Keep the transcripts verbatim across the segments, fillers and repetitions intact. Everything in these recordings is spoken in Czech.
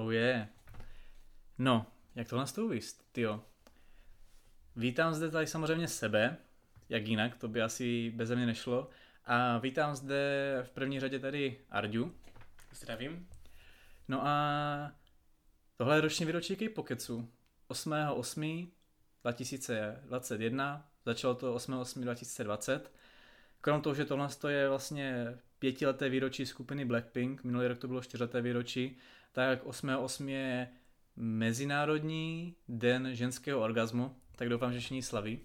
Oh je. No, jak tohle z toho uvést, tyjo. Vítám zde tady samozřejmě sebe, jak jinak, to by asi beze mě nešlo. A vítám zde v první řadě tady Arďu. Zdravím. No a tohle je roční výročí K-Pocketsu. osmého osmého dva tisíce dvacet jedna, začalo to osmého osmého dva tisíce dvacet. Krom toho, že tohle je vlastně pětileté výročí skupiny Blackpink, minulý rok to bylo čtyřleté výročí, tak osmého osmého je Mezinárodní den ženského orgazmu, tak doufám, že všichni slaví.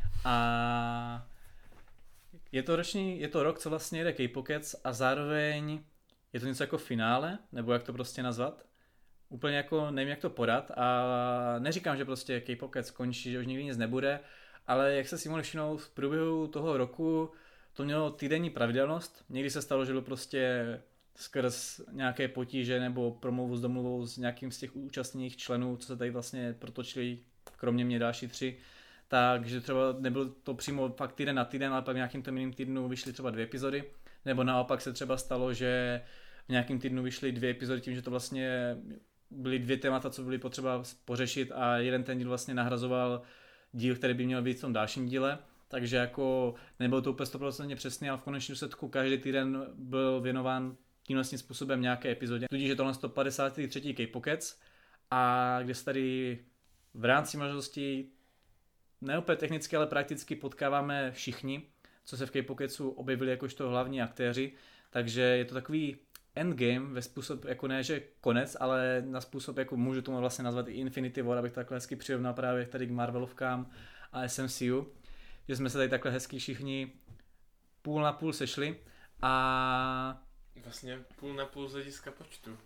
A je to, roční, je to rok, co vlastně jede K-Pockets a zároveň je to něco jako finále, nebo jak to prostě nazvat. Úplně jako nevím, jak to podat a neříkám, že prostě K-Pockets skončí, že už nikdy nic nebude, ale jak se si mohli všimnout, v průběhu toho roku to mělo týdenní pravidelnost. Někdy se stalo, že bylo prostě skrz nějaké potíže nebo promluvu s domluvou s nějakým z těch účastných členů, co se tady vlastně protočili, kromě mě další tři, takže třeba nebylo to přímo fakt týden na týden, ale pak v nějakým tom jiným týdnu vyšly třeba dvě epizody, nebo naopak se třeba stalo, že v nějakým týdnu vyšly dvě epizody tím, že to vlastně byly dvě témata, co byly potřeba pořešit a jeden ten díl vlastně nahrazoval díl, který by měl být v tom dalším díle. Takže jako nebylo to úplně sto procent přesně, ale v konečném důsledku každý týden byl věnován tímhle způsobem nějaké epizodě. Tudíž je tohle sto padesátý třetí K-Pockets a kde se tady v rámci možností ne úplně technicky, ale prakticky potkáváme všichni, co se v K-Pocketsu objevili jakožto hlavní aktéři, takže je to takový endgame ve způsob, jako ne, že konec, ale na způsob, jako můžu tomu vlastně nazvat i Infinity War, abych takhle hezky přirovnal právě tady k Marvelovkám a S M C U, že jsme se tady takhle hezky všichni půl na půl sešli a Vlastně půl na půl z hlediska počtu.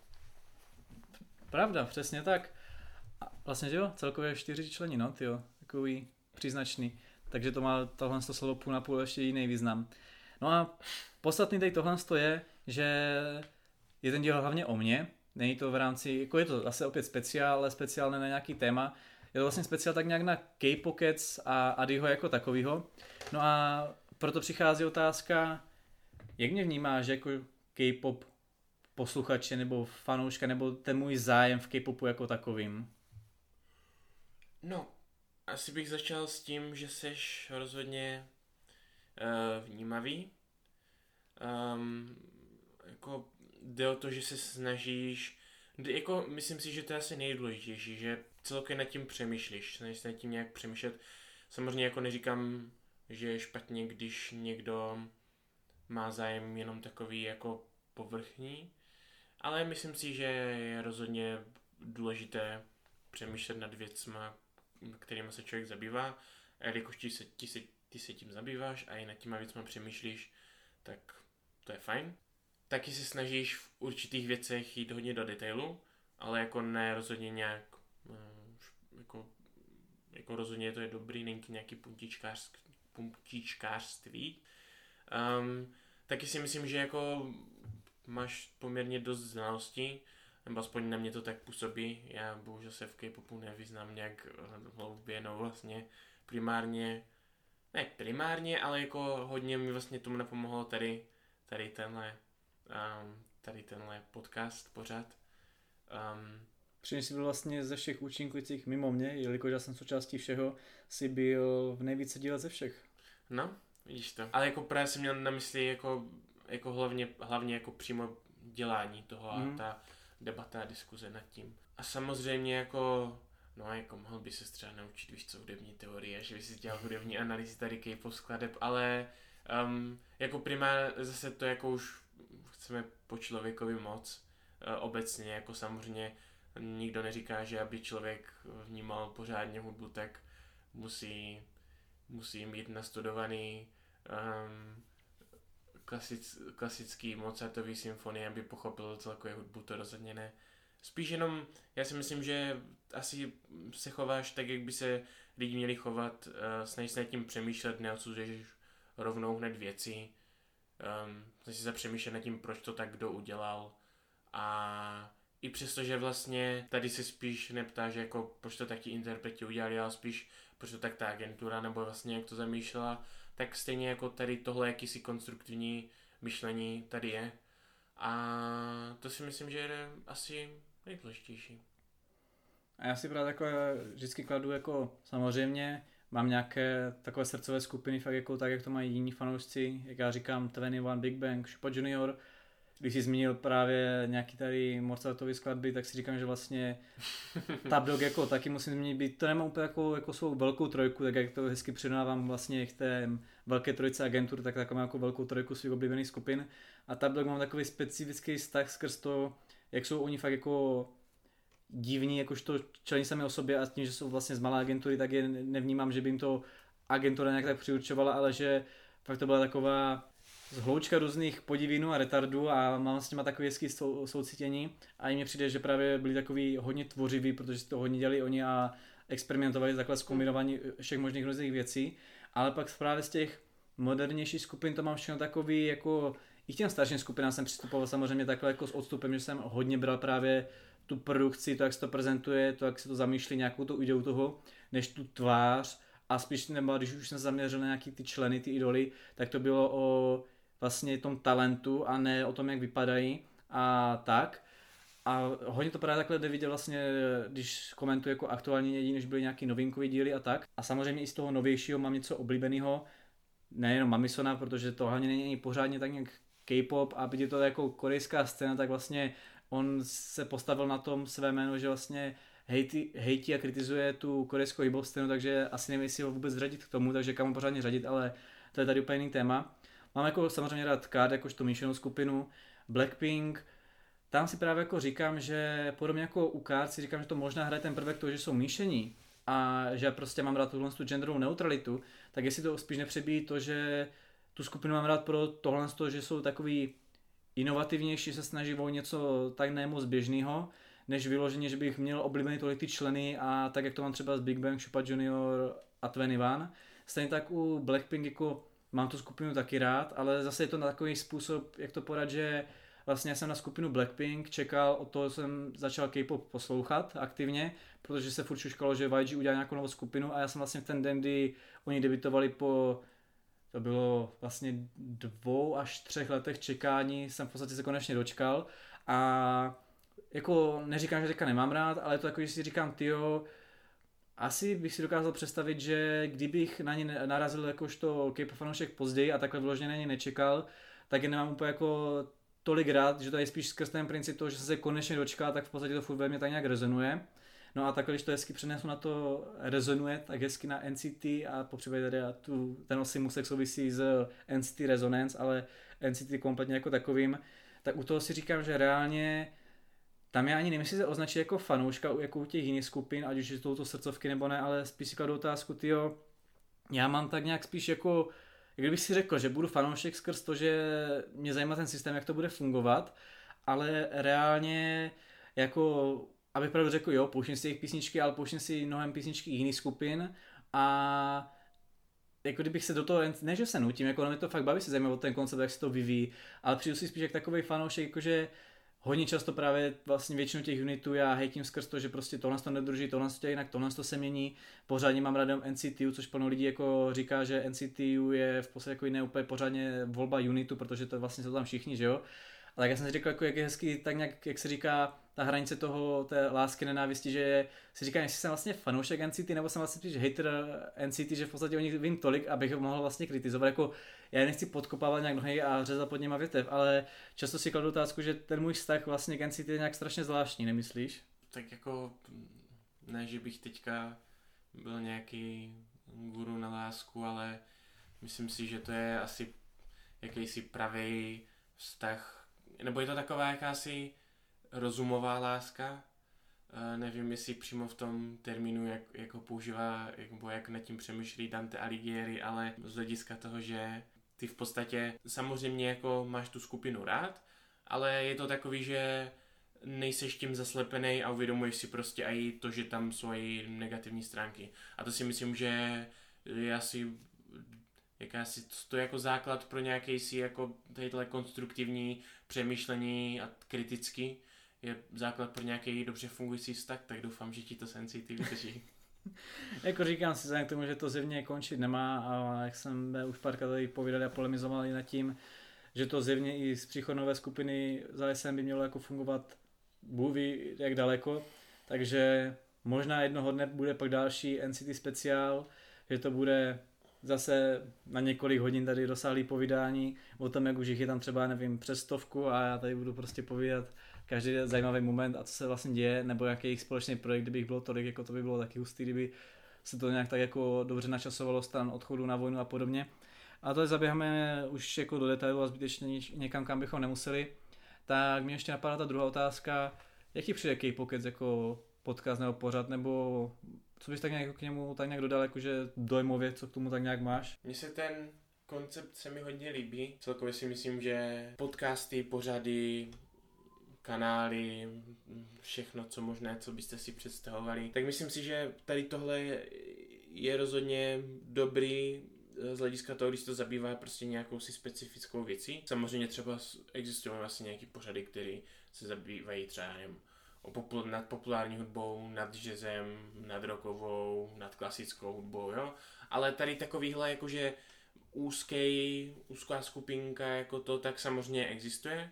Pravda, přesně tak. A vlastně, že jo, celkově čtyři členi, no, tyjo, takový příznačný. Takže to má tohle to slovo půl na půl ještě jiný význam. No a podstatný tady tohle je, že je ten díl hlavně o mně. Není to v rámci, jako je to zase opět speciál, ale speciál na nějaký téma. Je to vlastně speciál tak nějak na K-Pockets a Adiho jako takovýho. No a proto přichází otázka, jak mě vnímáš jako K-pop posluchače nebo fanouška, nebo ten můj zájem v K-popu jako takovým? No, asi bych začal s tím, že seš rozhodně uh, vnímavý. Um, jako jde o to, že se snažíš, jako myslím si, že to je asi nejdůležitější, že celkově nad tím přemýšlíš, snažíš se nad tím nějak přemýšlet. Samozřejmě jako neříkám, že je špatně, když někdo má zájem jenom takový jako povrchní, ale myslím si, že je rozhodně důležité přemýšlet nad věcma, kterými se člověk zabývá, a jelikož ty se, ty, se, ty se tím zabýváš a i nad těma věcma přemýšlíš, tak to je fajn. Taky se snažíš v určitých věcech jít hodně do detailu, ale jako ne rozhodně nějak, jako, jako rozhodně to je dobrý, není to nějaký puntičkářství. Um, taky si myslím, že jako máš poměrně dost znalostí, nebo aspoň na mě to tak působí. Já bohužel se v K-popu nevyznám nějak hloubě, no vlastně primárně, ne primárně, ale jako hodně mi vlastně tomu napomohlo tady, tady tenhle, um, tady tenhle podcast pořád. Um, Přitom jsi byl vlastně ze všech účinkujících mimo mě, jelikož já jsem součástí všeho, si byl v nejvíce díle ze všech. No, vidíš to. Ale jako právě jsem měl na mysli jako, jako hlavně, hlavně jako přímo dělání toho mm. a ta debata a diskuze nad tím. A samozřejmě jako, no jako mohl by se třeba naučit, víš co, hudební teorie, že by si dělal hudební analýzy tady K-pop skladeb, ale um, jako primárně zase to jako už chceme po člověkovi moc, uh, obecně jako samozřejmě nikdo neříká, že aby člověk vnímal pořádně hudbu, tak musí, musí mít nastudovaný um, klasic, klasický Mozartový symfonie, aby pochopil celkově hudbu, to rozhodně ne. Spíš jenom, já si myslím, že asi se chováš tak, jak by se lidi měli chovat, uh, snažíš se nad tím přemýšlet, neodsuzuješ rovnou hned věci, um, snažíš se přemýšlet nad tím, proč to tak kdo udělal, a i přesto, že vlastně tady se spíš neptáš, jako proč to tak ti interpreti udělali, ale spíš proč to tak ta agentura, nebo vlastně jak to zamýšlela, tak stejně jako tady tohle jakýsi konstruktivní myšlení tady je. A to si myslím, že je asi Nejdůležitější. A já si právě takové vždycky kladu jako samozřejmě, mám nějaké takové srdcové skupiny, fakt jako tak, jak to mají jiní fanoušci, jak já říkám dvacet jedna Big Bang, Šupa Junior. Když jsi zmínil právě nějaký tady Mozartovy skladby, tak si říkám, že vlastně Top Dog jako taky musím zmínit být, to nemám úplně jako, jako svou velkou trojku, tak jak to hezky přirovnávám vlastně k té velké trojice agentur, tak takovou jako velkou trojku svých oblíbených skupin. A Top Dog mám takový specifický vztah skrz to, jak jsou oni fakt jako divní, jakožto člení sami o sobě a tím, že jsou vlastně z malé agentury, tak je nevnímám, že by jim to agentura nějak tak přiurčovala, ale že fakt to byla taková zhloučka různých podivínů a retardů a mám s těma takový hezký sou, soucítění a i mně přijde, že právě byli takový hodně tvořiví, protože si to hodně dělali oni a experimentovali takhle s kombinováním všech možných různých věcí, ale pak právě z těch modernějších skupin to mám všechno takový jako i k těm starším skupinám jsem přistupoval samozřejmě takhle jako s odstupem, že jsem hodně bral právě tu produkci, to jak se to prezentuje, to jak se to zamýšlí nějakou tu ideu toho, než tu tvář a spíš nebo když už jsem se zaměřil na nějaký ty členy, ty idoly, tak to bylo o vlastně tom talentu a ne o tom, jak vypadají a tak. A hodně to právě takhle jde vidět vlastně, když komentuji jako aktuálně jediný, než byly nějaký novinkový díly a tak. A samozřejmě i z toho novějšího mám něco oblíbeného, nejenom Mamisona, protože to hlavně není pořádně tak nějak K-pop a byť je to jako korejská scéna, tak vlastně on se postavil na tom své jméno, že vlastně hejtí, hejtí a kritizuje tu korejskou hip-hop scénu, takže asi nevím, jestli ho vůbec řadit k tomu, takže kam ho pořádně řadit, ale to je tady úplně jiný téma. Mám jako samozřejmě rád K A R D, jakož tu míšenou skupinu, Blackpink, tam si právě jako říkám, že podobně jako u K A R D si říkám, že to možná hraje ten prvek toho, že jsou míšení a že já prostě mám rád tuhle tu genderovou neutralitu, tak jestli to spíš nepřebíjí to, že tu skupinu mám rád pro tohle, že jsou takový inovativnější, se snaží o něco tak nemoc běžného, než vyloženě, že bych měl oblíbený tolik ty členy a tak, jak to mám třeba z Big Bang, Šupa Junior a dvacet jedna. Stejně tak u Blackpink jako mám tu skupinu taky rád, ale zase je to na takový způsob, jak to podat, že vlastně já jsem na skupinu Blackpink čekal, od toho jsem začal K-pop poslouchat aktivně, protože se furt šuškalo, že Y G udělá nějakou novou skupinu a já jsem vlastně v ten den, kdy oni debutovali po to bylo vlastně dvou až třech letech čekání, jsem v podstatě se konečně dočkal a jako neříkám, že teďka nemám rád, ale je to takový, že si říkám, tyjo, asi bych si dokázal představit, že kdybych na ně narazil jakožto K-pop fanoušek později a takhle vložně na ně nečekal, tak je nemám úplně jako tolik rád, že to je spíš skrz ten princip toho, že jsem se konečně dočkal, tak v podstatě to furt ve mně tak nějak rezonuje. No a takhle, když to hezky přenesu na to rezonuje, tak hezky na N C T a popřípadě tady tu, ten osimusek souvisí s N C T Resonance, ale N C T kompletně jako takovým, tak u toho si říkám, že reálně tam já ani nevím, jestli se označit jako fanouška, jako u těch jiných skupin, ať už jsou to srdcovky nebo ne, ale spíš si kladu otázku, tyjo, já mám tak nějak spíš jako, jak kdybych si řekl, že budu fanoušek skrz to, že mě zajímá ten systém, jak to bude fungovat, ale reálně jako abych pravdu řekl, jo, pouštím si jejich písničky, ale pouštím si mnohem písničky jiných skupin a jako kdybych se do toho, ne že se nutím, jako mě to fakt baví se zajímat o ten koncept, jak se to vyvíjí, ale přijdu si spíš jak takovej fanoušek, jakože hodně často právě vlastně většinu těch unitů já hejtím skrz to, že prostě tohle to nedrží, tohle to jinak, tohle to se mění, pořádně mám rád N C T U, což plno lidí jako říká, že N C T U je v podstatě jako ne úplně pořádně volba unitu, protože to vlastně jsou tam všichni, že jo. A tak já jsem si řekl, jako jak je hezký, tak nějak, jak se říká, ta hranice toho, té lásky, nenávisti, že si říkám, jestli jsem vlastně fanoušek N C T, nebo jsem vlastně spíš hater N C T, že v podstatě o nich vím tolik, abych ho mohl vlastně kritizovat, jako já nechci podkopávat nějak nohy a řezat pod něma větev, ale často si kladu otázku, že ten můj vztah vlastně k N C T je nějak strašně zvláštní, nemyslíš? Tak jako, ne, že bych teďka byl nějaký guru na lásku, ale myslím si, že to je asi jakýsi pravý vztah, nebo je to taková jakási rozumová láska, uh, nevím, jestli přímo v tom termínu, jak, jak ho používá, jak, nebo jak nad tím přemýšlí Dante Alighieri, ale z hlediska toho, že ty v podstatě samozřejmě jako máš tu skupinu rád, ale je to takový, že nejseš tím zaslepený a uvědomuješ si prostě i to, že tam jsou i negativní stránky. A to si myslím, že je asi jakási, to je jako základ pro nějaký si jako tadyhle konstruktivní přemýšlení a kriticky je základ pro nějaký dobře fungující vztah, tak doufám, že ti to sensitivní vydrží. Jako říkám si k tomu, že to zjevně končit nemá a jak jsem už párkrát tady povídal a polemizoval i nad tím, že to zjevně i z příchodu nové skupiny za S M by mělo jako fungovat Bůh ví jak daleko, takže možná jednoho dne bude pak další N C T speciál, že to bude zase na několik hodin tady rozsáhlý povídání o tom, jak už jich je tam třeba, nevím, přes stovku a já tady budu prostě povídat každý zajímavý moment a co se vlastně děje, nebo jaký jejich společný projekt, kdyby jich bylo tolik, jako to by bylo taky hustý, kdyby se to nějak tak jako dobře načasovalo stran odchodu na vojnu a podobně. A to zaběháme už jako do detailu a zbytečně někam, kam bychom nemuseli. Tak mě ještě napadá ta druhá otázka, jaký přijde K-Pockets jako podcast nebo pořad, nebo co bys tak nějak k němu tak nějak dodal, jakože dojmově, co k tomu tak nějak máš? Mně se ten koncept se mi hodně líbí. Celkově si myslím, že podcasty, pořady, kanály, všechno, co možné, co byste si představovali. Tak myslím si, že tady tohle je, je rozhodně dobrý z hlediska toho, když to zabývá prostě nějakou si specifickou věcí. Samozřejmě třeba existují vlastně nějaké pořady, které se zabývají třeba nevím, o popul- nad populární hudbou, nad jazzem, nad rockovou, nad klasickou hudbou, jo. Ale tady takovýhle jakože úzký, úzká skupinka jako to, tak samozřejmě existuje,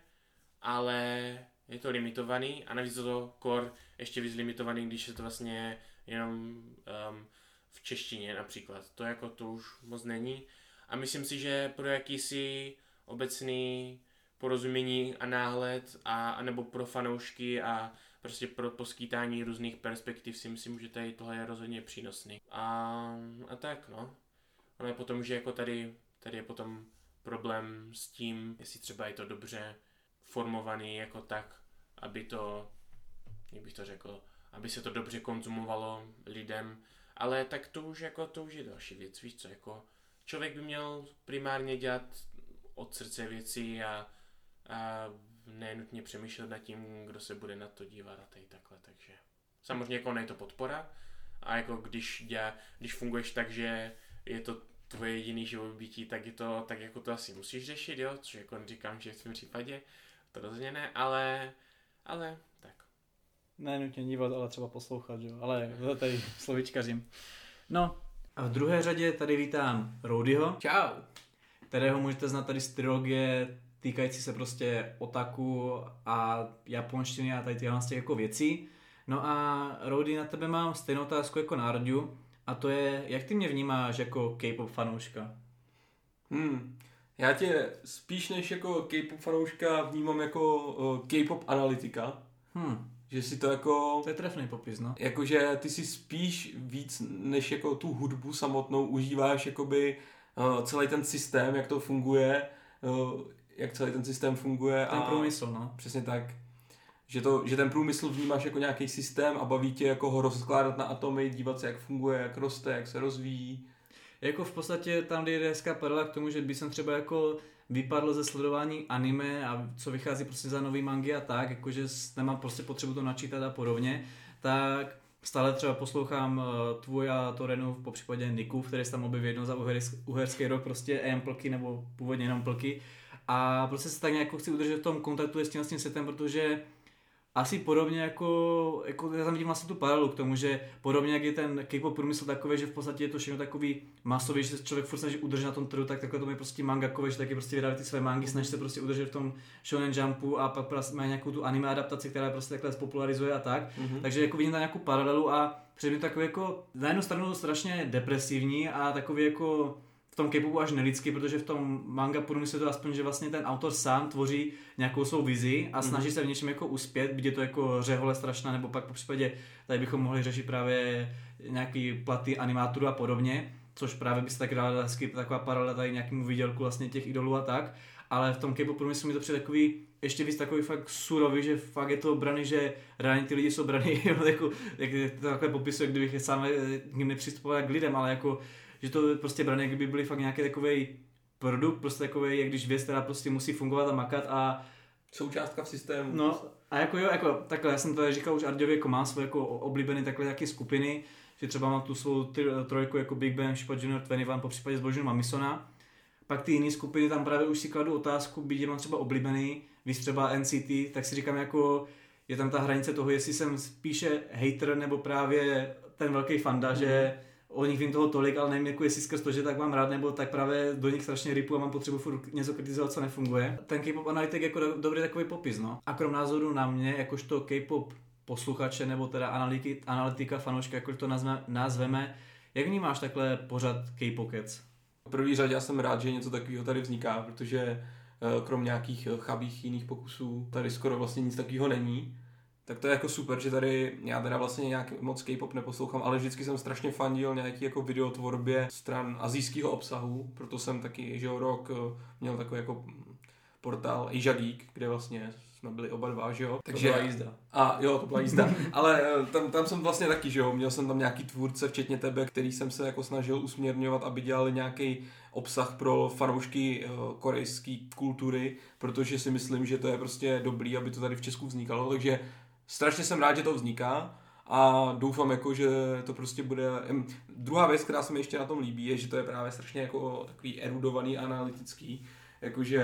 ale je to limitovaný a navíc to core ještě víc limitovaný, když je to vlastně jenom um, v češtině například. To jako to už moc není a myslím si, že pro jakýsi obecný porozumění a náhled a, a nebo pro fanoušky a prostě pro poskytání různých perspektiv si myslím, že tady tohle je rozhodně přínosný. A, a tak no. Ale potom, že jako tady, tady je potom problém s tím, jestli třeba je to dobře formovaný jako tak, aby to, jak bych to řekl, aby se to dobře konzumovalo lidem, ale tak to už jako, to už je další věc, víš co, jako člověk by měl primárně dělat od srdce věci a, a nenutně přemýšlet nad tím, kdo se bude na to dívat a tady takhle, takže samozřejmě jako je to podpora a jako když, dělá, když funguješ tak, že je to tvoje jediný živobytí, tak je to, tak jako to asi musíš řešit, jo, což jako říkám, že v tom případě to rozhodně ne, ale, ale tak. Ne nutně dívat, ale třeba poslouchat, jo, ale tady slovíčkařím. No a v druhé řadě tady vítám Rowdyho. Čau. Kterého můžete znát tady z trilogie týkající se prostě otaku a japonštiny a tady tyhle z těch jako věcí. No a Rowdy, na tebe mám stejnou otázku jako na Rodiu a to je, jak ty mě vnímáš jako K-pop fanouška? Hmm. Já tě spíš než jako K-pop fanouška vnímám jako uh, K-pop analytika. Hmm. Že si to jako... To je trefný popis, no. Jakože ty si spíš víc než jako tu hudbu samotnou užíváš jakoby uh, celý ten systém, jak to funguje, uh, jak celý ten systém funguje. Ten a průmysl, no. Přesně tak. Že, to, že ten průmysl vnímáš jako nějaký systém a baví tě jako ho rozkládat na atomy, dívat se, jak funguje, jak roste, jak se rozvíjí. Jako v podstatě tam jde hezká paralela k tomu, že by jsem třeba jako vypadl ze sledování anime a co vychází prostě za nový mangy a tak, jakože nemám prostě potřebu to načítat a podobně, tak stále třeba poslouchám tvůj a Torenu, po případě Niku, který se tam objeví jednou za uherský rok, prostě E M plky nebo původně jenom plky a prostě se tak nějak chci udržet v tom kontaktu s tím vlastním světem, protože asi podobně jako, jako já tam vidím vlastně tu paralelu k tomu, že podobně jak je ten K-pop průmysl takový, že v podstatě je to všechno takový masový, že se člověk furt snaží udržet na tom trhu, tak takhle to je prostě mangakové, že taky prostě vydávají ty své mangy, snaží se prostě udržet v tom Shonen Jumpu a pak prostě má nějakou tu anime adaptaci, která prostě takhle spopularizuje a tak. Mm-hmm. Takže jako vidím tam nějakou paralelu a přijde mi takový jako na jednu stranu strašně depresivní a takový jako v tom K-popu až nelidský, protože v tom manga průmyslu to aspoň, že vlastně ten autor sám tvoří nějakou svou vizi a snaží se v něčem jako uspět, byť je to jako řehole strašná, nebo pak po případě tady bychom mohli řešit právě nějaký platy animátorů a podobně, což právě by se tak dala hezky taková paralela tady nějakému výdělku vlastně těch idolů a tak, ale v tom K-pop průmyslu mi to přijde takový ještě víc takový fakt surový, že fakt je to braný, že reálně ty lidi jsou braný, jako, jak to takhle popisuje, kdybych sám k ním nepřistupoval k lidem, ale jako že to prostě brané, kdyby byly fakt nějaký takovej produkt, prostě takovej, jak když věc, která prostě musí fungovat a makat a součástka v systému. No a jako jo, jako takhle, já jsem to říkal už Arďovi, jako mám svoje jako oblíbené takhle nějaké skupiny, že třeba mám tu svou tři, trojku jako Big Bang, Shippa Junior, dvacet jedna, po případě Zbožňu Mamisona. Pak ty jiné skupiny tam právě už si kladu otázku, byť je mám třeba oblíbený, víš třeba N C T, tak si říkám jako, je tam ta hranice toho, jestli jsem spíše hater nebo právě ten velký fanda, mm. že o nich vím toho tolik, ale nevím, jako jestli skrz to, že tak mám rád, nebo tak právě do nich strašně ripu a mám potřebu furt něco kritizovat, co nefunguje. Ten K-pop analytik jako do, dobrý takový popis, no. A krom názoru na mě, jakožto K-pop posluchače, nebo teda analytika, analytika fanouška, jako to nazve, nazveme, jak vnímáš takhle pořad K-Pockets? V první řadě já jsem rád, že něco takového tady vzniká, protože krom nějakých chabých jiných pokusů tady skoro vlastně nic takového není. Tak to je jako super, že tady, já teda vlastně nějak moc K-pop neposlouchám, ale vždycky jsem strašně fandil nějaký jako videotvorbě stran asijského obsahu, proto jsem taky, že jo, rok měl takový jako portál Asia Geek, kde vlastně jsme byli oba dva, že jo. Takže to byla jízda. A jo, to byla jízda, ale tam, tam jsem vlastně taky, že jo, měl jsem tam nějaký tvůrce, včetně tebe, který jsem se jako snažil usměrňovat, aby dělali nějaký obsah pro fanoušky korejské kultury, protože si myslím, že to je prostě dobrý, aby to tady v Česku vznikalo, takže strašně jsem rád, že to vzniká a doufám, jako, že to prostě bude... Druhá věc, která se mi ještě na tom líbí, je, že to je právě strašně jako takový erudovaný, analytický, jakože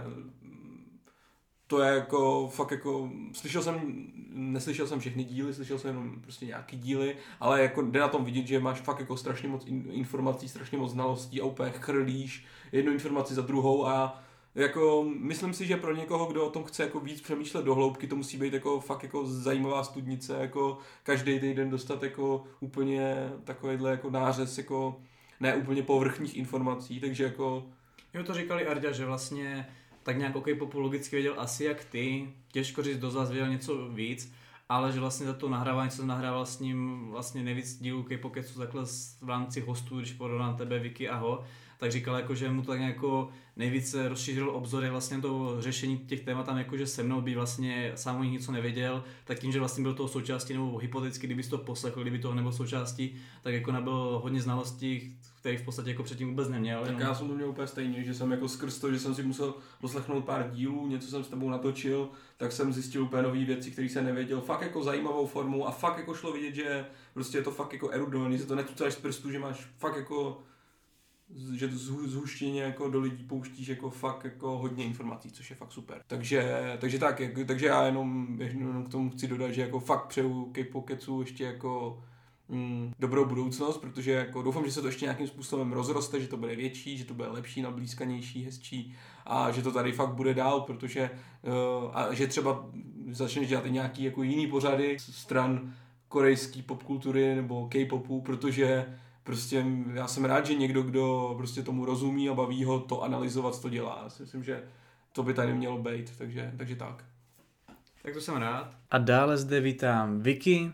to je jako fakt jako, slyšel jsem, neslyšel jsem všechny díly, slyšel jsem jenom prostě nějaký díly, ale jako jde na tom vidět, že máš fakt jako strašně moc informací, strašně moc znalostí a úplně chrlíš jednu informaci za druhou a jako myslím si, že pro někoho, kdo o tom chce jako víc přemýšlet do hloubky, to musí být jako fakt jako zajímavá studnice, jako každý týden dostat jako úplně takovýhle jako nářez jako ne úplně povrchních informací, takže jako... Jo, to říkali Arďa, že vlastně tak nějak o K-popu logicky věděl asi jak ty, těžko říct, kdo z vás věděl něco víc, ale že vlastně za to nahrávání, co jsem nahrával s ním vlastně nejvíc dílů K-Pocketsu takhle v rámci hostů, když porovnám tebe, Vicky a ho, tak říkal, jako, že mu to tak jako nejvíce rozšířil obzory vlastně to řešení těch témat tam jakože se mnou by vlastně sám o nich něco nevěděl, tak tím, že vlastně byl toho součástí nebo hypoteticky, kdyby to poslechl, kdyby toho nebyl součástí, tak jako nabyl hodně znalostí, kterých v podstatě jako předtím vůbec neměl. Tak jenom... já jsem to měl úplně stejně, že jsem jako skrz to, že jsem si musel poslechnout pár dílů, něco jsem s tebou natočil, tak jsem zjistil úplně nové věci, které jsem nevěděl, fakt jako zajímavou formou a fakt jako šlo vidět, že prostě je to fakt jako erudovaný, že to netucáš z prstu, že máš fakt jako že to zhuštěně jako do lidí pouštíš jako fakt jako hodně informací, což je fakt super. Takže, takže tak, jak, takže já jenom, jenom k tomu chci dodat, že jako fakt přeju K-Pocketsu ještě jako mm, dobrou budoucnost, protože jako doufám, že se to ještě nějakým způsobem rozroste, že to bude větší, že to bude lepší, nablízkanější, hezčí a že to tady fakt bude dál, protože uh, a že třeba začneš dělat i nějaký jako jiný pořady stran korejské popkultury nebo K-popu, protože prostě já jsem rád, že někdo, kdo prostě tomu rozumí a baví ho to analyzovat, to dělá. Já si myslím, že to by tady mělo být, takže, takže tak. Tak to jsem rád. A dále zde vítám Vicky.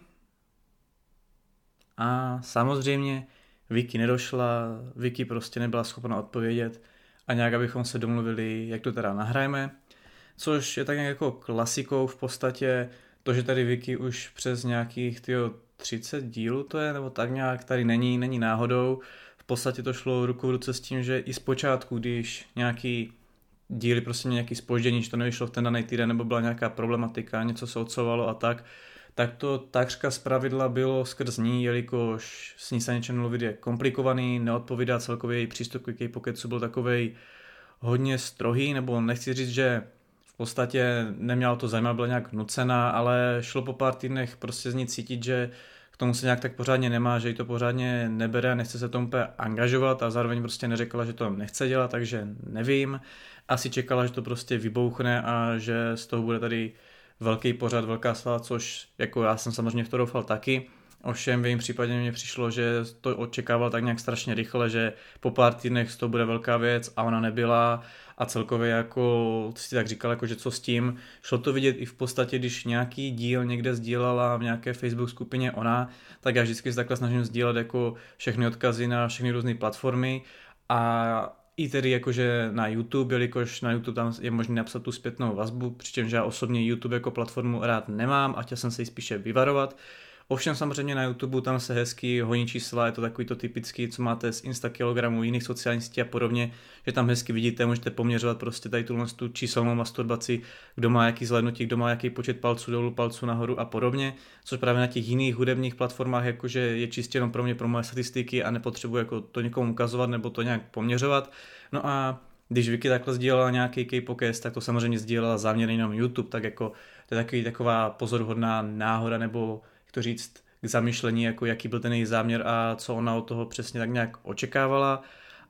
A samozřejmě Vicky nedošla, Vicky prostě nebyla schopna odpovědět a nějak abychom se domluvili, jak to teda nahrajeme. Což je tak nějak jako klasikou v podstatě to, že tady Vicky už přes nějakých tyjo, třicet dílů to je, nebo tak nějak tady není, není náhodou. V podstatě to šlo ruku v ruce s tím, že i zpočátku, když nějaký díly prostě nějaký zpoždění, že to nevyšlo v ten daný týden, nebo byla nějaká problematika, něco se odsovalo a tak, tak to takřka zpravidla bylo skrz ní, jelikož s ní se něčem mluvit je komplikovaný, neodpovídá celkově její přístup k K-Pocketsu byl takovej hodně strohý, nebo nechci říct, že v podstatě neměla to zajímavé, byla nějak nucená, ale šlo po pár týdnech prostě z ní cítit, že k tomu se nějak tak pořádně nemá, že jí to pořádně nebere, nechce se tomu úplně angažovat a zároveň prostě neřekla, že to nechce dělat, takže nevím. Asi čekala, že to prostě vybouchne a že z toho bude tady velký pořad, velká sláva, což jako já jsem samozřejmě v to doufal taky. Ovšem v jejím případě mně přišlo, že to očekával tak nějak strašně rychle, že po pár týdnech to bude velká věc a ona nebyla a celkově jako si tak říkal, jako, že co s tím. Šlo to vidět i v podstatě, když nějaký díl někde sdílala v nějaké Facebook skupině ona, tak já vždycky se takhle snažím sdílet jako všechny odkazy na všechny různé platformy a i tedy jakože na YouTube, jelikož na YouTube tam je možné napsat tu zpětnou vazbu, přičemž já osobně YouTube jako platformu rád nemám a chtěl jsem se ji spíše vyvarovat. Ovšem samozřejmě na YouTube tam se hezky honí čísla, je to takový to typický, co máte z Instakilogramu, jiných sociálních sítí a podobně, že tam hezky vidíte, můžete poměřovat prostě tady tuhle tu číselnou masturbaci, kdo má jaký zhlédnutí, kdo má jaký počet palců dolů, palců nahoru a podobně, což právě na těch jiných hudebních platformách jakože je čistě jenom pro mě, pro moje statistiky a nepotřebuji jako to někomu ukazovat nebo to nějak poměřovat. No a když Vicky takhle sdílela nějaký K-Pockets, tak to samozřejmě sdílela záměrně jenom YouTube, tak jako to je takový, taková pozoruhodná náhoda nebo to říct, k zamyšlení, jako jaký byl ten její záměr a co ona od toho přesně tak nějak očekávala.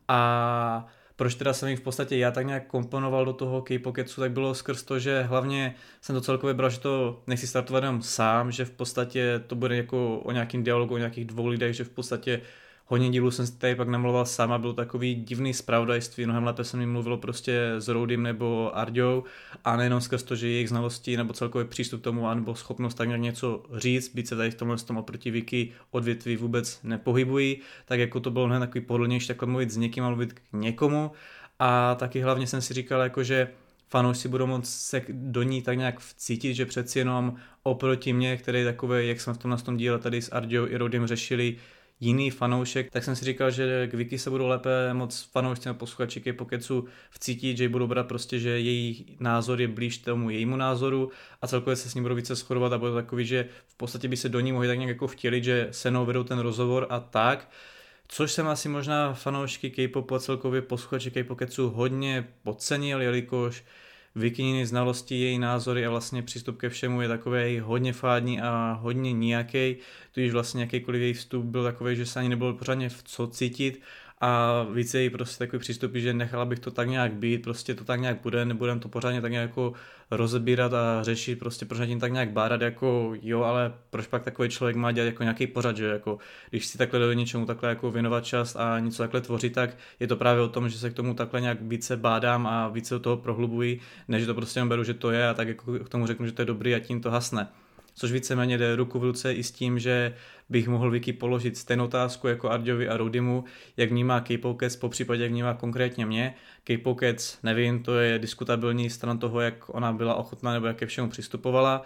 A proč teda jsem ji v podstatě já tak nějak komponoval do toho K-Pocketsu, tak bylo skrz to, že hlavně jsem to celkově bral, že to nechci startovat jenom sám, že v podstatě to bude jako o nějakým dialogu, o nějakých dvou lidech, že v podstatě hodně dílů jsem si tady pak namluval sám a bylo takový divný zpravodajství, mnohem lépe se mi mluvilo prostě s Roudym nebo Arďou a nejenom skrz to, že jejich znalosti nebo celkový přístup k tomu nebo schopnost tak nějak něco říct, být se tady v tomhle tom oproti Wiki odvětví vůbec nepohybují, tak jako to bylo mnohem takový pohodlnější takhle mluvit s někým a mluvit k někomu a taky hlavně jsem si říkal jako, že fanoušci budou moct se do ní tak nějak vcítit, že přeci jenom oproti mně, který je takový, jak jsme v tom na tom díle tady s Arďou i Roudym řešili, jiný fanoušek, tak jsem si říkal, že k Wiki se budou lépe moc fanoušci a posluchači K-Pocketsu vcítit, že ji budou brát prostě, že její názor je blíž tomu jejímu názoru a celkově se s ním budou více shodovat a bude takový, že v podstatě by se do ní mohli tak nějak jako vtělit, že se mnou vedou ten rozhovor a tak. Což jsem asi možná fanoušky K-popu a celkově posluchači K-Pocketsu hodně podcenil, jelikož Wikininy znalosti, její názory a vlastně přístup ke všemu je takový hodně fádní a hodně nijaký, tudíž vlastně jakýkoliv její vstup byl takový, že se ani nebylo pořádně v co cítit a více její prostě takový přístup, že nechala bych to tak nějak být, prostě to tak nějak bude, nebudem to pořádně tak nějak jako rozebírat a řešit, prostě pořád tím tak nějak bádat, jako jo, ale proč pak takový člověk má dělat jako nějaký pořad, že jako když si takhle do něčemu takhle jako věnovat čas a něco takhle tvořit, tak je to právě o tom, že se k tomu takhle nějak více bádám a více do toho prohlubuji, než to prostě jen beru, že to je a tak jako k tomu řeknu, že to je dobrý a tím to hasne. Což víceméně jde ruku v ruce i s tím, že bych mohl Wiki položit stejnou otázku jako Arďovi a Roudymu, jak vnímá K-Pockets, po případě jak vnímá konkrétně mě. K-Pockets, nevím, to je diskutabilní stran toho, jak ona byla ochotná nebo jak ke všemu přistupovala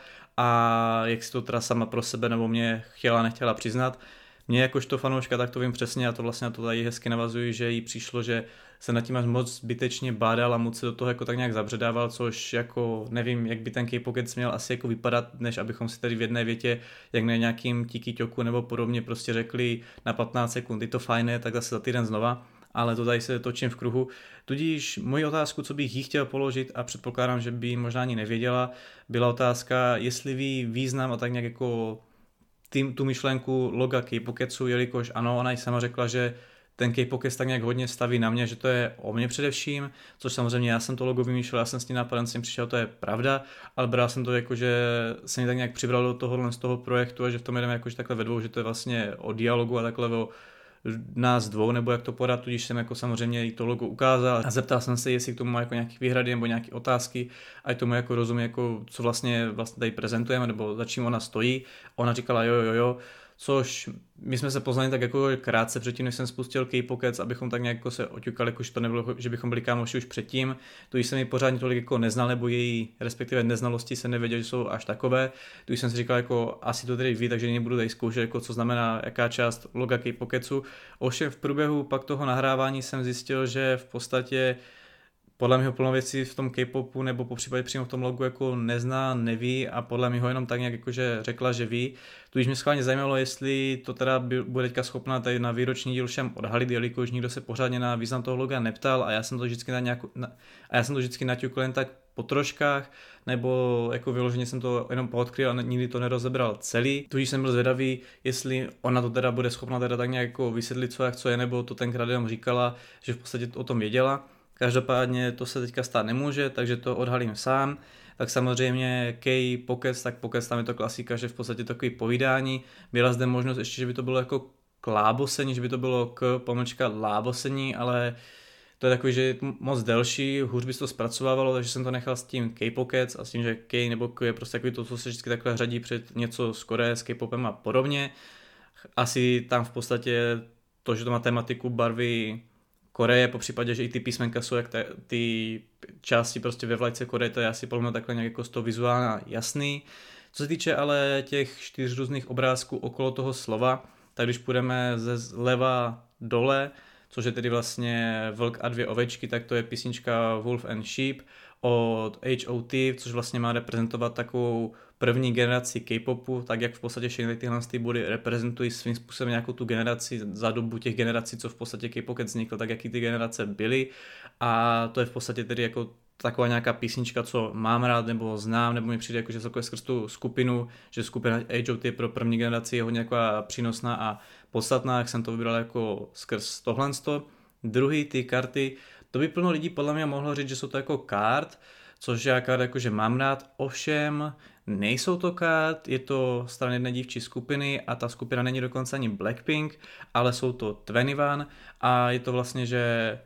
a jak si to teda sama pro sebe nebo mě chtěla, nechtěla přiznat. Mně jakožto fanouška, tak to vím přesně a to vlastně na to tady hezky navazuji, že jí přišlo, že se nad tím až moc zbytečně bádal a moc se do toho jako tak nějak zabředával, což jako nevím, jak by ten K-Pockets měl asi jako vypadat, než abychom si tady v jedné větě, jak na nějakým tiki-toku nebo podobně prostě řekli na patnáct sekund, je to fajné, tak zase za týden znova, ale to tady se točím v kruhu. Tudíž moji otázku, co bych jí chtěl položit a předpokládám, že by možná ani nevěděla, byla otázka, jestli ví význam a tak nějak jako tým, tu myšlenku loga K-Pocketsu, jelikož ano, ona i sama řekla, že ten K-Pockets tak nějak hodně staví na mě, že to je o mě především, což samozřejmě já jsem to logo vymýšlel, já jsem s tím nápadem sem přišel, to je pravda, ale bral jsem to jako, že se mi tak nějak přibral do tohohle z toho projektu a že v tom jdeme jakože takhle ve dvou, že to je vlastně o dialogu a takhle o nás dvou, nebo jak to podat, tudíž jsem jako samozřejmě i to logo ukázal a zeptal jsem se, jestli k tomu má jako nějaké výhrady nebo nějaké otázky a i tomu jako rozumí, jako co vlastně, vlastně tady prezentujeme nebo za čím ona stojí. Ona říkala jo, jo, jo, což my jsme se poznali tak jako krátce předtím, než jsem spustil K-Pockets, abychom tak nějak jako se oťukali, jakož to nebylo, že bychom byli kámoši už předtím, tudíž jsem ji pořádně tolik jako neznal, nebo její respektive neznalosti se nevěděl, že jsou až takové, tudíž jsem si říkal jako asi to tedy ví, takže nebudu tady zkoušet, jako co znamená jaká část loga K-Pocketsu. Ovšem v průběhu pak toho nahrávání jsem zjistil, že v podstatě podle mého plno věcí v tom K-popu nebo po případě přímo v tom logu jako nezná, neví a podle mého jenom tak nějak jakože řekla, že ví. Tudíž mě schválně zajímalo, jestli to teda bude teďka schopná tady na výroční díl všem odhalit, jelikož nikdo se pořádně na význam toho loga neptal a já jsem to vždycky na nějakou, na, a já jsem to vždycky naťukl jen tak po troškách, nebo jako vyloženě jsem to jenom poodkryl a nikdy to nerozebral celý. Tudíž jsem byl zvědavý, jestli ona to teda bude schopná teda tak nějak jako vysvětlit, co jak co je, nebo to tenkrát jenom říkala, že v podstatě o tom věděla. Každopádně to se teďka stát nemůže, takže to odhalím sám. Tak samozřejmě K-Pockets, tak Pockets tam je to klasika, že v podstatě takový povídání. Byla zde možnost ještě, že by to bylo jako klábosení, že by to bylo k pomlčka lábosení, ale to je takový, že je moc delší, hůř by se to zpracovávalo, takže jsem to nechal s tím K-Pockets a s tím, že K nebo K je prostě takový to, co se vždycky takhle řadí před něco z Koreje, s K-popem a podobně. Asi tam v podstatě to, že to má tematiku barvy Koreje, po případě, že i ty písmenka jsou jak te, ty části prostě ve vlajce Koreje, to je asi podle mě takhle nějak jako z toho vizuálně jasný. Co se týče ale těch čtyř různých obrázků okolo toho slova, tak když půjdeme ze zleva dole, což je tedy vlastně vlk a dvě ovečky, tak to je písnička Wolf and Sheep od H O T, což vlastně má reprezentovat takovou první generaci K-popu, tak jak v podstatě všechny tyhle ty body reprezentují svým způsobem nějakou tu generaci za dobu těch generací, co v podstatě K-Pockets vznikl, tak jaký ty generace byly a to je v podstatě tedy jako taková nějaká písnička, co mám rád nebo znám, nebo mi přijde jako, že celkově skrz tu skupinu, že skupina Age of Ty pro první generaci je hodně taková přínosná a podstatná, jak jsem to vybral jako skrz tohle. Druhý, ty karty, to by plno lidí podle mě mohlo říct, že jsou to jako kart, což já kart jakože mám rád, ovšem nejsou to kart, je to stran jedné dívčí skupiny a ta skupina není dokonce ani Blackpink, ale jsou to dvacet jedna a je to vlastně, že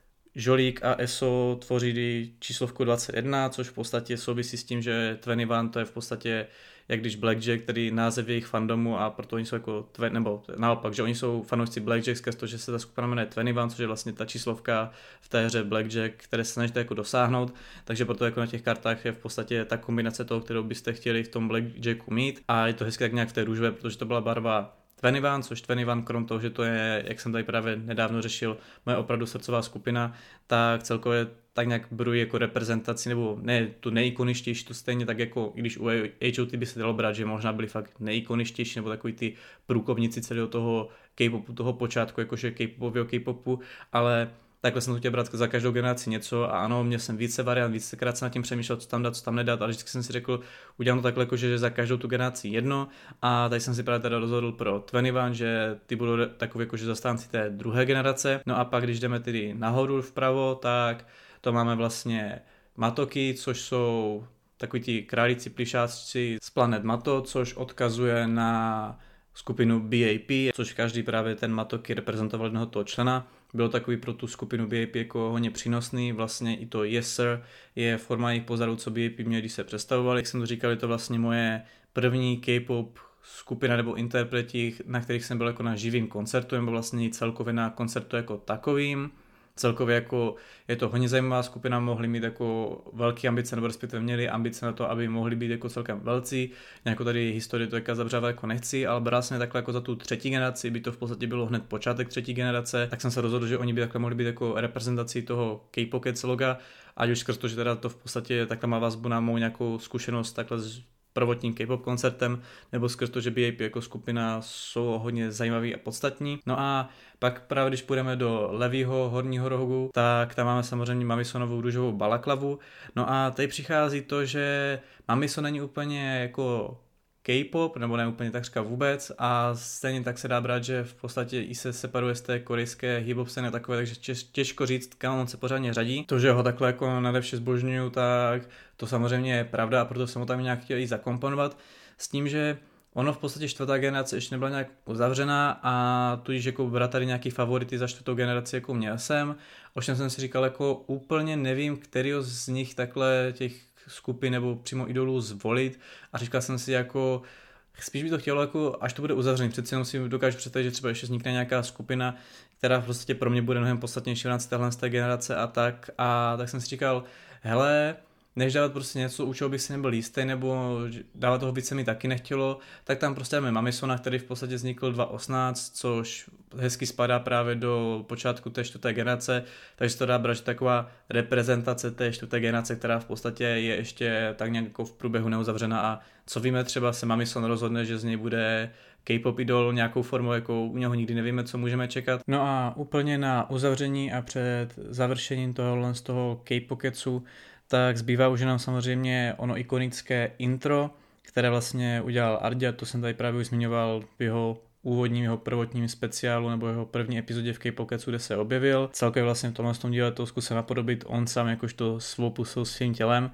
Žolík a Eso tvoří číslovku dvacet jedna, což v podstatě souvisí s tím, že dvacet jedna to je v podstatě jak když Blackjack, který název jejich fandomu a proto oni jsou jako, tve, nebo naopak, že oni jsou fanoušci Blackjack skrz to, že se ta skupina jmenuje dvacet jedna, což je vlastně ta číslovka v té hře Blackjack, které se snažíte jako dosáhnout, takže proto jako na těch kartách je v podstatě ta kombinace toho, kterou byste chtěli v tom Blackjacku mít a je to hezky tak nějak v té růžové, protože to byla barva dvacet jedna, což dvacet jedna, krom toho, že to je, jak jsem tady právě nedávno řešil, moje opravdu srdcová skupina, tak celkově tak nějak beru jako reprezentaci, nebo ne tu nejikoničtější, to stejně tak jako, i když u Age of Ty by se dalo brát, že možná byli fakt nejikoničtější, nebo takový ty průkopníci celého toho K-popu, toho počátku, jakože K-popového K-popu, ale takhle jsem to chtěl brát za každou generaci něco a ano, měl jsem více variant, vícekrát jsem nad tím přemýšlel, co tam dát, co tam nedat, ale vždycky jsem si řekl, udělám to takhle, jakože za každou tu generaci jedno a tady jsem si právě teda rozhodl pro dvacet jedna, že ty budou takový jakože zastánci té druhé generace. No a pak, když jdeme tedy nahoru vpravo, tak to máme vlastně Matoky, což jsou takový ti králíci plišáci z planet Mato, což odkazuje na skupinu B A P, což každý právě ten Matoky reprezentoval jednoho toho člena. Bylo takový pro tu skupinu B A P jako hodně přínosný, vlastně i to Yes Sir je forma jejich pozadu, co B A P měli, když se představovali. Jak jsem to říkal, je to vlastně moje první K-pop skupina nebo interpreti, na kterých jsem byl jako na živým koncertu, nebo vlastně celkově na koncertu jako takovým. Celkově jako je to hodně zajímavá skupina, mohli mít jako velké ambice, nebo respektive měli ambice na to, aby mohli být jako celkem velcí. Nějakou tady historii to jaka zabřávat jako nechci, ale bral jsem je takhle jako za tu třetí generaci, by to v podstatě bylo hned počátek třetí generace, tak jsem se rozhodl, že oni by takhle mohli být jako reprezentací toho K-Pocket loga, ať už skrz to, že teda to v podstatě takhle má vazbu na mou nějakou zkušenost takhle s prvotním K-pop koncertem, nebo skrz to, že B A P jako skupina jsou hodně zajímavý a podstatní. No a pak právě když půjdeme do levýho horního rohu, tak tam máme samozřejmě Mamisonovou růžovou balaklavu. No a tady přichází to, že Mamison není úplně jako K-pop, nebo ne úplně takřka vůbec a stejně tak se dá brát, že v podstatě i se separuje z té korejské hip-hop scény takové, takže těžko říct, kam on se pořádně řadí. To, že ho takhle jako nadevše zbožňuju, tak to samozřejmě je pravda a proto jsem ho tam nějak chtěl i zakomponovat s tím, že ono v podstatě čtvrtá generace ještě nebyla nějak uzavřená a tudíž jako brát tady nějaký favority za čtvrtou generaci jako měl jsem. Ovšem jsem si říkal, jako úplně nevím, kterýho z nich takhle těch skupin nebo přímo idolů zvolit a říkal jsem si jako spíš by to chtělo jako až to bude uzavřený, přece jenom si dokážu představit, že třeba ještě vznikne nějaká skupina, která v podstatě pro mě bude mnohem podstatnější v rámci téhle z té generace a tak a tak jsem si říkal, hele, než dávat prostě něco, u čeho bych si nebyl jistý, nebo dávat toho více mi taky nechtělo, tak tam prostě máme Mamisona, který v podstatě vznikl dva tisíce osmnáct, což hezky spadá právě do počátku té čtvrté generace, takže to dá brát, že taková reprezentace té čtvrté generace, která v podstatě je ještě tak nějak jako v průběhu neuzavřena a co víme, třeba se Mamison rozhodne, že z něj bude K-pop idol nějakou formou, jako u něho nikdy nevíme, co můžeme čekat. No a úplně na uzavření a před završením tohohle z toho K-Pocketsu tak zbývá už nám samozřejmě ono ikonické intro, které vlastně udělal Ardia, to jsem tady právě už zmiňoval v jeho úvodním, jeho prvotním speciálu nebo jeho první epizodě v K-Pocketsu, kde se objevil. Celkově vlastně v tomhle tom díle to zkusil napodobit on sám jakožto svou pusou svým tělem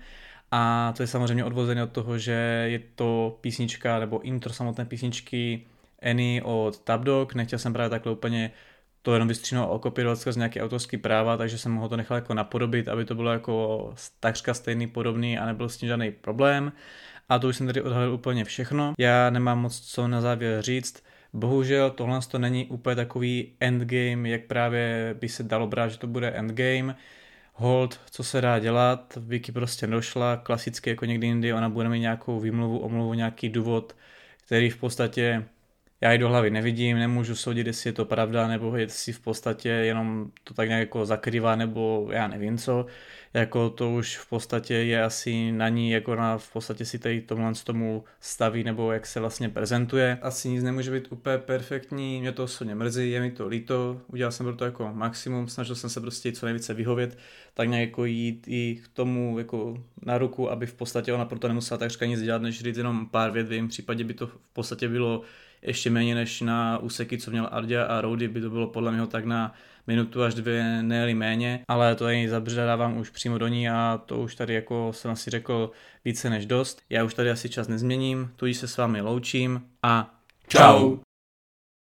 a to je samozřejmě odvozené od toho, že je to písnička nebo intro samotné písničky Annie od Top Dog, nechtěl jsem právě takhle úplně to jenom vystříhnout a okopírovat skrz nějaké autorské práva, takže jsem ho to nechal jako napodobit, aby to bylo jako takřka stejný, podobný a nebyl s tím žádný problém. A to už jsem tady odhalil úplně všechno. Já nemám moc co na závěr říct. Bohužel tohle to není úplně takový endgame, jak právě by se dalo brát, že to bude endgame. Hold, co se dá dělat, Vicky prostě došla, klasicky jako někdy jindy, ona bude mít nějakou výmluvu, omluvu, nějaký důvod, který v podstatě já ji do hlavy nevidím, nemůžu soudit, jestli je to pravda, nebo jestli v podstatě jenom to tak nějak jako zakrývá, nebo já nevím co. Jako to už v podstatě je asi na ní, jako na v podstatě si tady tomhle z tomu staví, nebo jak se vlastně prezentuje. Asi nic nemůže být úplně perfektní, mě to osobně mrzí, je mi to líto, udělal jsem pro to jako maximum, snažil jsem se prostě co nejvíce vyhovět, tak nějak jako jít i k tomu jako na ruku, aby v podstatě ona proto nemusela takřka nic dělat, než říct jenom pár vět, v jejím případě by to v podstatě bylo ještě méně než na úseky, co měl Ardia a Rowdy, by to bylo podle mě tak na minutu až dvě, ne méně, ale to tady zabředávám už přímo do ní a to už tady jako jsem asi řekl více než dost. Já už tady asi čas nezměním, tudíž se s vámi loučím a čau!